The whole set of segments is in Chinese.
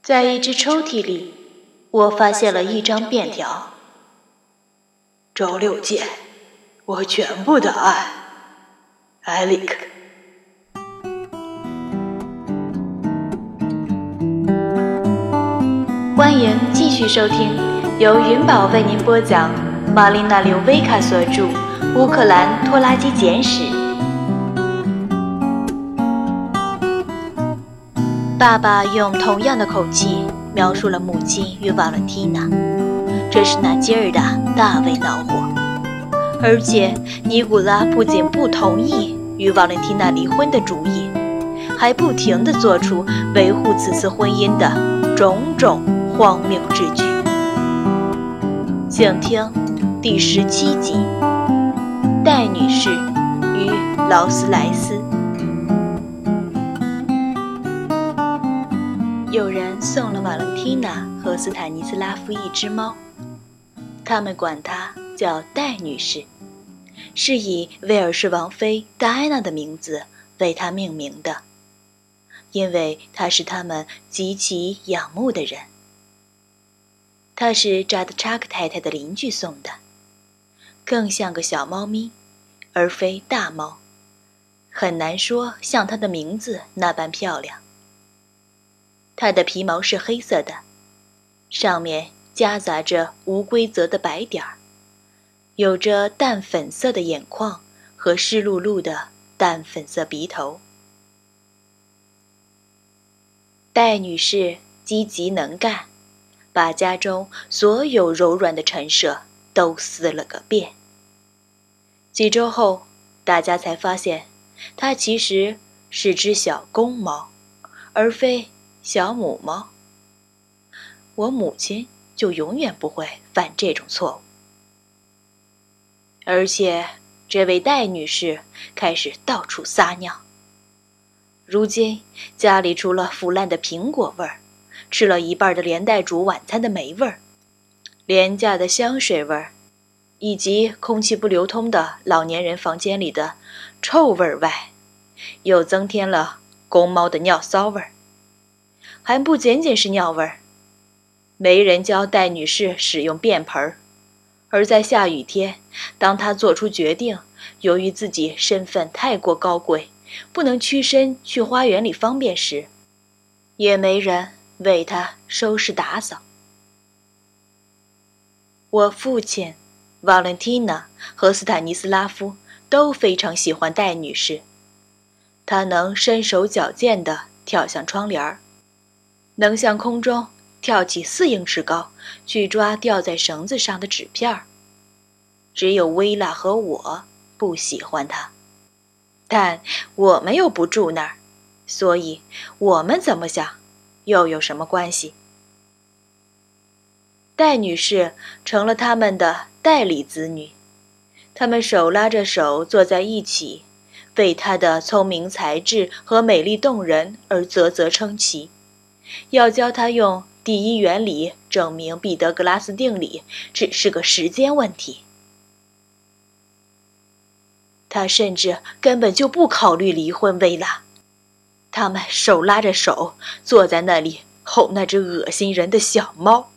在一只抽屉里，我发现了一张便条。 周6见，我全部的爱，艾利克。 欢迎继续收听由云宝为您播讲玛丽娜·刘维卡所著《乌克兰拖拉机简史》。爸爸用同样的口气描述了母亲与瓦伦蒂娜，这使那吉尔达大为恼火。而且尼古拉不仅不同意与瓦伦蒂娜离婚的主意，还不停地做出维护此次婚姻的种种荒谬之举。请听第17集《戴女士与劳斯莱斯》。有人送了瓦伦蒂娜和斯坦尼斯拉夫一只猫，他们管它叫戴女士，是以威尔士王妃戴安娜的名字为她命名的，因为她是他们极其仰慕的人。她是扎德查克太太的邻居送的，更像个小猫咪，而非大猫，很难说像她的名字那般漂亮。它的皮毛是黑色的，上面夹杂着无规则的白点儿，有着淡粉色的眼眶和湿漉漉的淡粉色鼻头。戴女士积极能干，把家中所有柔软的陈设都撕了个遍。几周后，大家才发现，它其实是只小公猫，而非小母猫。我母亲就永远不会犯这种错误。而且这位戴女士开始到处撒尿。如今家里除了腐烂的苹果味儿，吃了一半的连带煮晚餐的霉味儿，廉价的香水味儿，以及空气不流通的老年人房间里的臭味儿外，又增添了公猫的尿骚味儿。还不仅仅是尿味儿，没人教戴女士使用便盆，而在下雨天，当她做出决定，由于自己身份太过高贵，不能屈身去花园里方便时，也没人为她收拾打扫。我父亲、瓦伦蒂娜和斯坦尼斯拉夫都非常喜欢戴女士，她能身手矫健地跳向窗帘，能向空中跳起4英尺高去抓吊在绳子上的纸片。只有薇拉和我不喜欢她，但我们又不住那儿，所以我们怎么想又有什么关系？戴女士成了他们的代理子女，他们手拉着手坐在一起，为她的聪明才智和美丽动人而啧啧称奇，要教她用第一原理证明彼得格拉斯定理只是个时间问题。他甚至根本就不考虑离婚，薇拉。他们手拉着手坐在那里吼那只恶心人的小猫。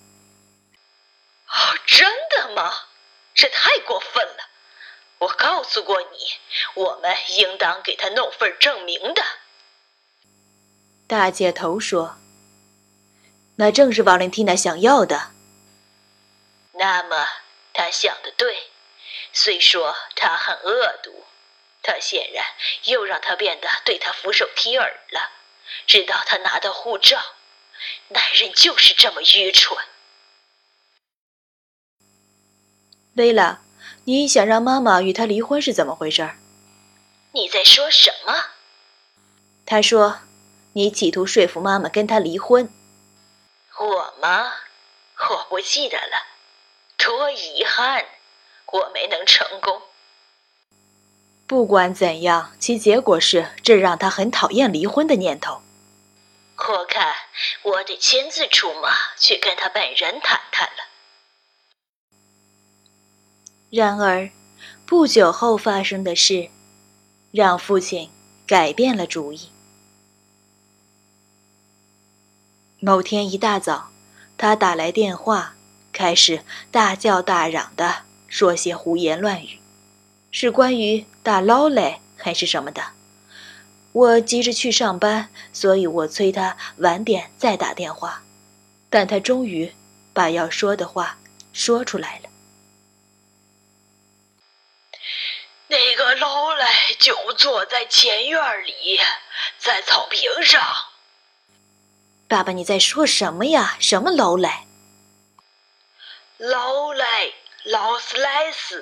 真的吗？这太过分了！我告诉过你，我们应当给他弄份证明的。 大姐头说，那正是瓦伦蒂娜想要的。 那么他想得对，虽说他很恶毒，他显然又让他变得对他俯首帖耳了，直到他拿到护照。男人就是这么愚蠢。 薇拉，你想让妈妈与他离婚是怎么回事？ 你在说什么？ 他说，你企图说服妈妈跟他离婚。 我吗？我不记得了，多遗憾，我没能成功。 不管怎样，其结果是这让他很讨厌离婚的念头。 我看我得亲自出马去跟他本人谈谈了。 然而，不久后发生的事，让父亲改变了主意。 某天一大早，他打来电话，开始大叫大嚷的说些胡言乱语，是关于大捞嘞还是什么的。我急着去上班，所以我催他晚点再打电话，但他终于把要说的话说出来了。 那个老赖就坐在前院里，在草坪上。 爸爸，你在说什么呀？什么劳莱？ 劳莱，劳斯莱斯。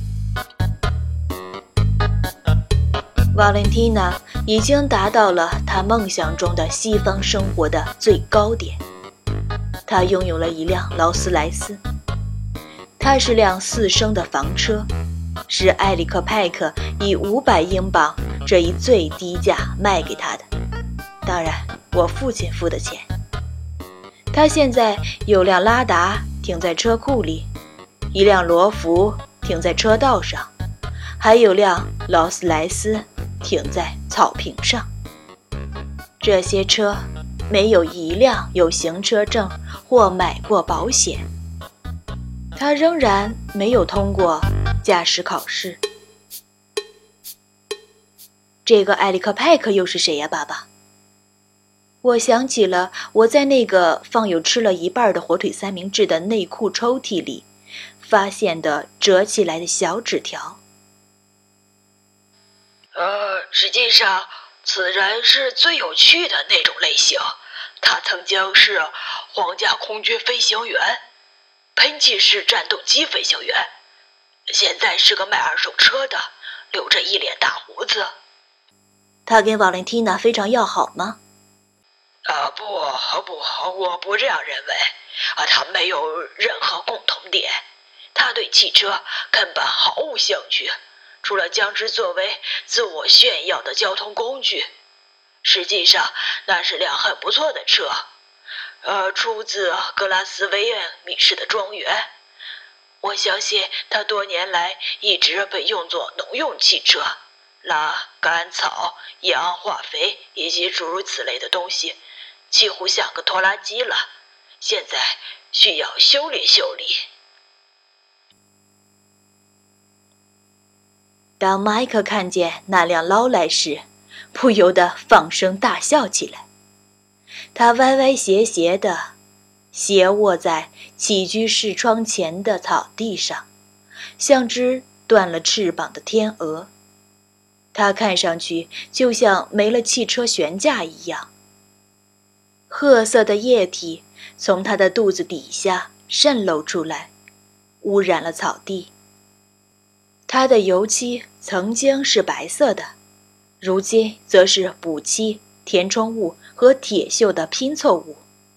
瓦伦蒂娜已经达到了她梦想中的西方生活的最高点。她拥有了一辆劳斯莱斯，它是辆4升的房车，是埃里克派克以500英镑这一最低价卖给他的，当然我父亲付的钱。他现在有辆拉达停在车库里，一辆罗孚停在车道上，还有辆劳斯莱斯停在草坪上。这些车没有一辆有行车证或买过保险。他仍然没有通过驾驶考试。这个埃里克派克又是谁呀，爸爸？我想起了我在那个放有吃了一半的火腿三明治的内裤抽屉里发现的折起来的小纸条。 实际上此人是最有趣的那种类型。他曾经是皇家空军飞行员，喷气式战斗机飞行员，现在是个卖二手车的，留着一脸大胡子。 他跟瓦伦蒂娜非常要好吗？ 不，我不这样认为。他没有任何共同点，他对汽车根本毫无兴趣，除了将之作为自我炫耀的交通工具。实际上，那是辆很不错的车，出自格拉斯维恩米市的庄园。我相信它多年来一直被用作农用汽车，拉干草、养化肥以及诸如此类的东西，几乎像个拖拉机了。现在需要修理修理。 当麦克看见那辆劳莱时，不由得放声大笑起来。他歪歪斜斜地斜卧在起居室窗前的草地上，像只断了翅膀的天鹅。他看上去就像没了汽车悬架一样。褐色的液体从他的肚子底下渗漏出来，污染了草地。他的油漆曾经是白色的，如今则是补漆、填充物和铁锈的拼凑物。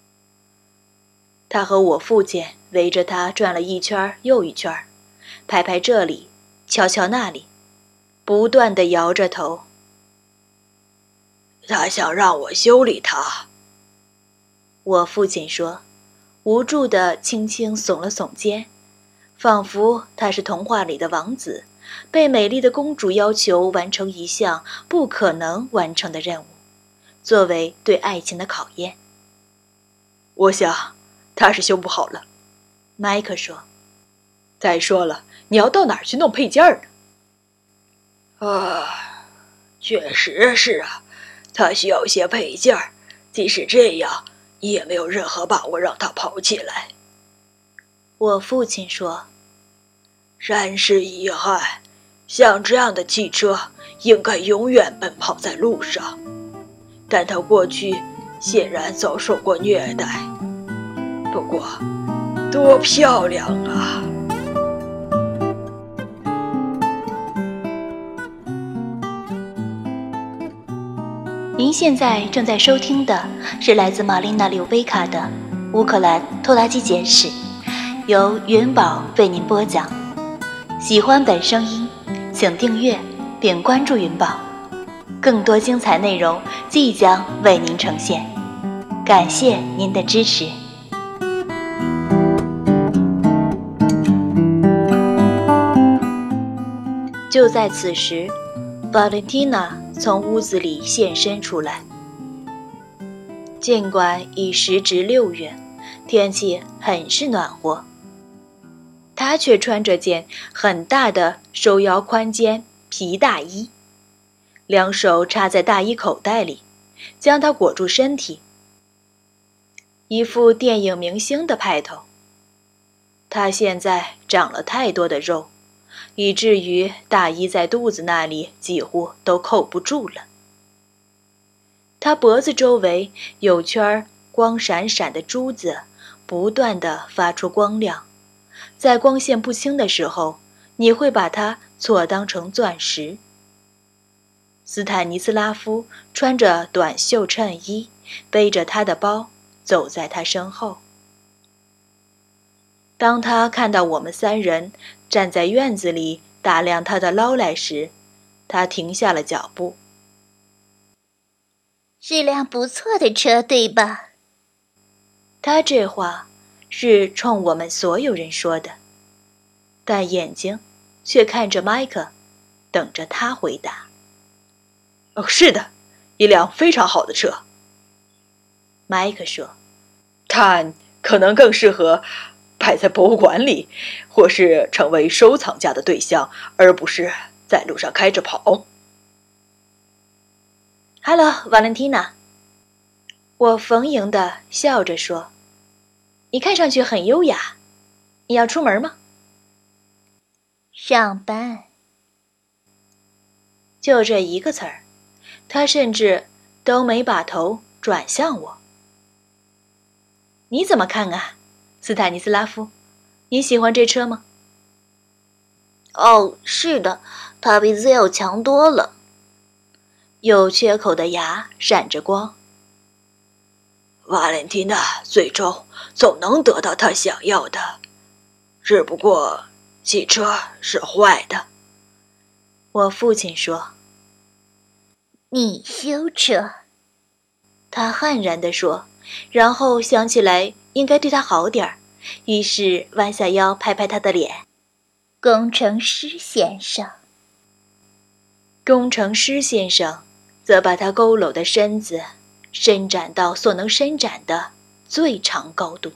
他和我父亲围着他转了一圈又一圈，拍拍这里，敲敲那里，不断地摇着头。 他想让我修理他， 我父亲说，无助地轻轻耸了耸肩，仿佛他是童话里的王子，被美丽的公主要求完成一项不可能完成的任务，作为对爱情的考验。 我想他是修不好了， 麦克说。 再说了，你要到哪儿去弄配件呢？确实是啊，他需要些配件，即使这样，你也没有任何把握让他跑起来。 我父亲说。 甚是遗憾，像这样的汽车应该永远奔跑在路上，但他过去显然遭受过虐待。不过，多漂亮啊！ 您现在正在收听的是来自玛丽娜·柳维卡的《乌克兰拖拉机简史》，由云宝为您播讲。喜欢本声音，请订阅并关注云宝，更多精彩内容即将为您呈现。感谢您的支持。就在此时，瓦伦蒂娜从屋子里现身出来。 尽管已时值6月，天气很是暖和，他却穿着件很大的收腰宽肩皮大衣，两手插在大衣口袋里，将它裹住身体，一副电影明星的派头。他现在长了太多的肉，以至于大衣在肚子那里几乎都扣不住了。他脖子周围有圈光闪闪的珠子，不断地发出光亮，在光线不清的时候，你会把它错当成钻石。斯坦尼斯拉夫穿着短袖衬衣，背着他的包，走在他身后。当他看到我们3人站在院子里打量他的劳莱时，他停下了脚步。 是辆不错的车，对吧？ 他这话是冲我们所有人说的，但眼睛却看着麦克，等着他回答。 哦，是的，一辆非常好的车。 麦克说， 看可能更适合摆在博物馆里，或是成为收藏家的对象，而不是在路上开着跑。 Hello， 瓦伦蒂娜。我逢迎地笑着说，你看上去很优雅，你要出门吗？ 上班。 就这一个词儿，他甚至都没把头转向我。你怎么看啊，斯坦尼斯拉夫？你喜欢这车吗？ 哦，是的，它比 Zio 强多了。 有缺口的牙闪着光。 瓦莲蒂娜最终总能得到她想要的，只不过汽车是坏的。 我父亲说。 你修车？ 他悍然地说，然后想起来应该对他好点儿，于是弯下腰拍拍他的脸。 工程师先生。 工程师先生则把他佝偻的身子伸展到所能伸展的最长高度。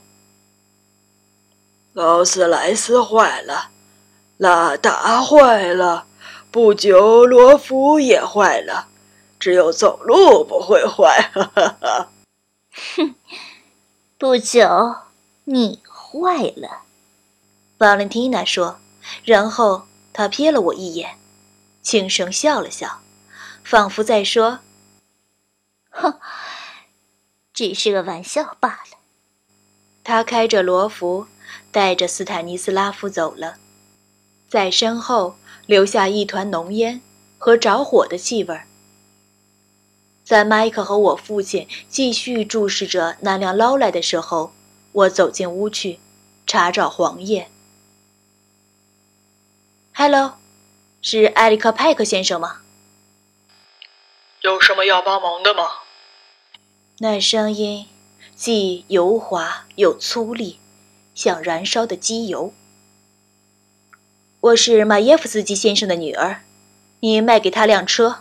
劳斯莱斯坏了，拉达坏了，不久罗夫也坏了，只有走路不会坏，哈哈哈。 哼，不久你坏了， 瓦伦蒂娜说，然后她瞥了我一眼，轻声笑了笑，仿佛在说：“ 哼，只是个玩笑罢了。” 他开着罗弗，带着斯坦尼斯拉夫走了，在身后留下一团浓烟和着火的气味。在麦克和我父亲继续注视着那辆劳莱的时候，我走进屋去，查找黄页。“Hello， 是埃里克·派克先生吗？”“ 有什么要帮忙的吗？” 那声音既油滑又粗粝，像燃烧的机油。“我是马耶夫斯基先生的女儿，你卖给他辆车。”“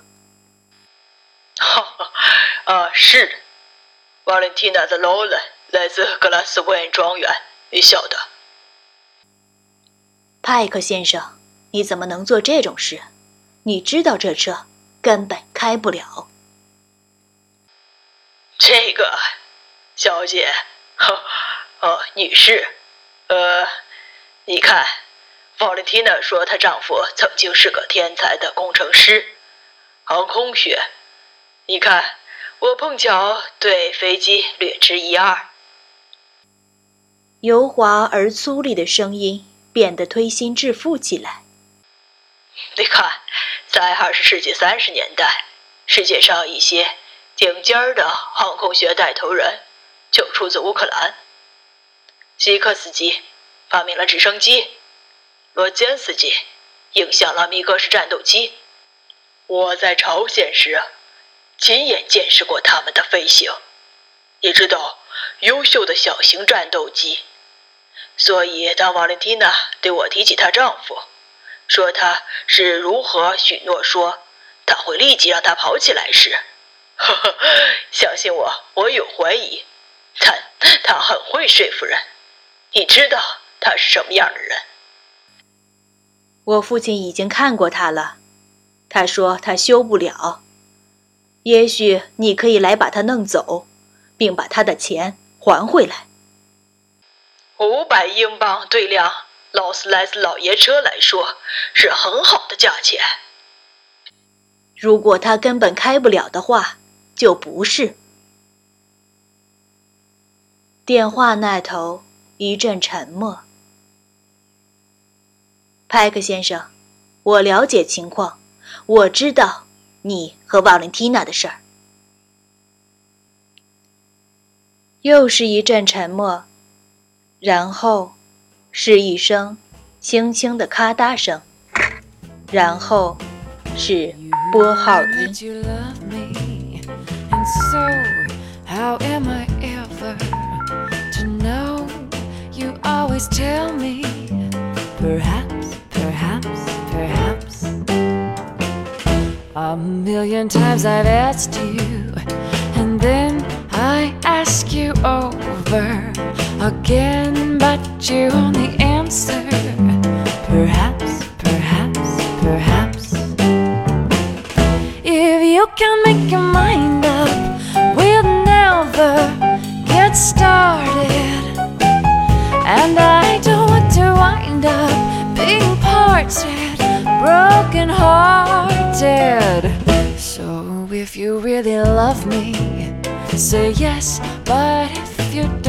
是的，瓦伦蒂娜的劳莱来自格拉斯维恩庄园，你晓得。”“ 派克先生，你怎么能做这种事？你知道这车根本开不了。”“ 这个，小姐，女士，你看，瓦伦蒂娜说她丈夫曾经是个天才的工程师，航空学。你看，我碰巧对飞机略知一二。” 油滑而粗粝的声音变得推心置腹起来。 “你看，在20世纪30年代，世界上一些顶尖的航空学带头人就出自乌克兰。希克斯基发明了直升机，罗坚斯基影响了米格式战斗机。我在朝鲜时亲眼见识过他们的飞行，也知道优秀的小型战斗机。所以当瓦伦蒂娜对我提起她丈夫，说他是如何许诺说他会立即让他跑起来时， 呵呵，相信我，我有怀疑，但他很会说服人。你知道他是什么样的人？ 我父亲已经看过他了，他说他修不了。也许你可以来把他弄走，并把他的钱还回来。 500英镑对辆劳斯莱斯老爷车来说是很好的价钱。 如果他根本开不了的话，就不是。电话那头一阵沉默。派克先生，我了解情况，我知道你和瓦伦蒂娜的事儿。又是一阵沉默，然后是一声轻轻的咔嗒声，然后是拨号音。 How am I ever to know? You always tell me, perhaps, perhaps, perhaps. A million times I've asked you, and then I ask you over again, but you only answer, perhaps, perhaps, perhaps. If you can make your mind up, we'll never get started. And I don't want to wind up being parted, broken hearted. So if you really love me, say yes, but if you don't,